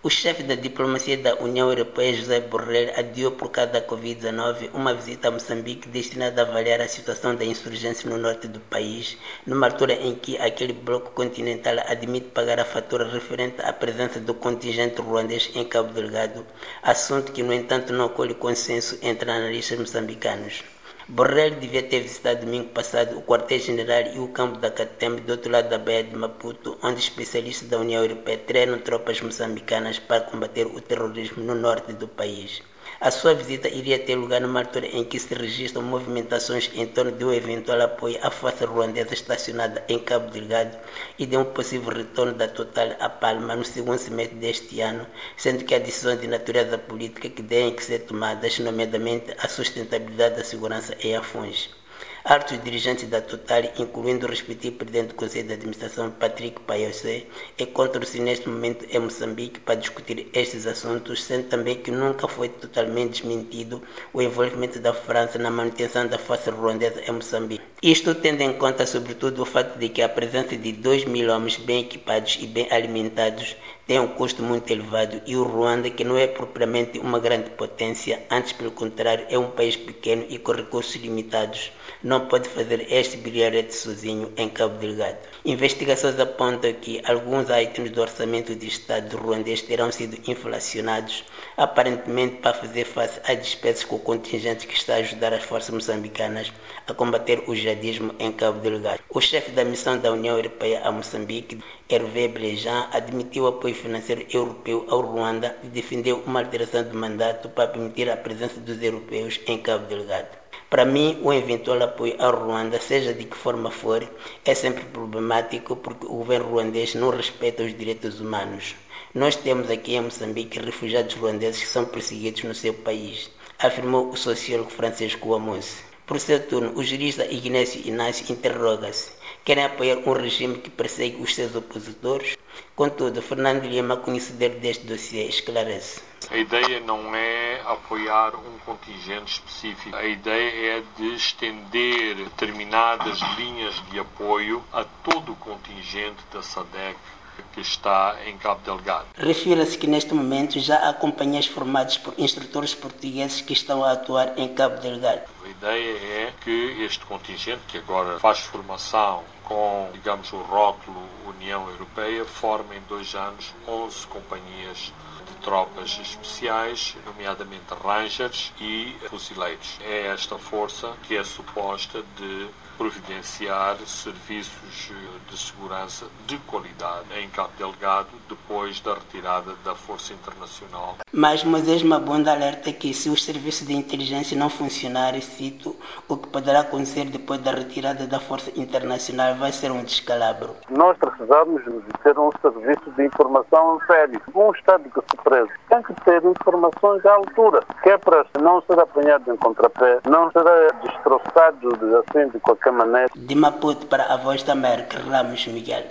O chefe da diplomacia da União Europeia, José Borrell, adiou por causa da Covid-19 uma visita a Moçambique destinada a avaliar a situação da insurgência no norte do país, numa altura em que aquele bloco continental admite pagar a fatura referente à presença do contingente ruandês em Cabo Delgado, assunto que, no entanto, não colhe consenso entre analistas moçambicanos. Borrell devia ter visitado domingo passado o quartel-general e o campo da Catembe do outro lado da Baía de Maputo, onde especialistas da União Europeia treinam tropas moçambicanas para combater o terrorismo no norte do país. A sua visita iria ter lugar numa altura em que se registram movimentações em torno de um eventual apoio à força ruandesa estacionada em Cabo Delgado e de um possível retorno da Total a Palma no segundo semestre deste ano, sendo que há decisões de natureza política que têm que ser tomadas, nomeadamente a sustentabilidade da segurança em Afungi. Altos dirigentes da Total, incluindo o respectivo presidente do Conselho de Administração, Patrick Paiose, encontram-se neste momento em Moçambique para discutir estes assuntos, sendo também que nunca foi totalmente desmentido o envolvimento da França na manutenção da força ruandesa em Moçambique. Isto tendo em conta, sobretudo, o facto de que a presença de 2.000 homens bem equipados e bem alimentados tem um custo muito elevado e o Ruanda, que não é propriamente uma grande potência, antes pelo contrário é um país pequeno e com recursos limitados, não pode fazer este brilharete sozinho em Cabo Delgado. Investigações apontam que alguns itens do orçamento do Estado ruandês terão sido inflacionados, aparentemente para fazer face às despesas com o contingente que está a ajudar as forças moçambicanas a combater o jihadismo em Cabo Delgado. O chefe da missão da União Europeia a Moçambique, Hervé Blejan, admitiu o apoio financeiro europeu ao Ruanda e defendeu uma alteração do mandato para permitir a presença dos europeus em Cabo Delgado. Para mim, o eventual apoio ao Ruanda, seja de que forma for, é sempre problemático porque o governo ruandês não respeita os direitos humanos. Nós temos aqui em Moçambique refugiados ruandeses que são perseguidos no seu país, afirmou o sociólogo Francisco Amonse. Por seu turno, o jurista Ignacio Inácio interroga-se: querem apoiar um regime que persegue os seus opositores? Contudo, Fernando Lima, conhecedor deste dossiê, esclarece. A ideia não é apoiar um contingente específico. A ideia é de estender determinadas linhas de apoio a todo o contingente da SADC que está em Cabo Delgado. Refira-se que neste momento já há companhias formadas por instrutores portugueses que estão a atuar em Cabo Delgado. A ideia é que este contingente, que agora faz formação com, digamos, o rótulo União Europeia, forma em 2 anos 11 companhias de tropas especiais, nomeadamente Rangers e fuzileiros. É esta força que é suposta de providenciar serviços de segurança de qualidade em Cabo Delgado depois da retirada da Força Internacional. Mas Moisés Mabunda alerta que se os serviços de inteligência não funcionarem, cito, o que poderá acontecer depois da retirada da Força Internacional vai ser um descalabro. Nós precisamos de ter um serviço de informação sério. Um Estado que se preze tem que ter informações à altura, que é para não ser apanhado em contrapé, não ser destroçado assim de qualquer maneira. De Maputo para a Voz da América, Ramos Miguel.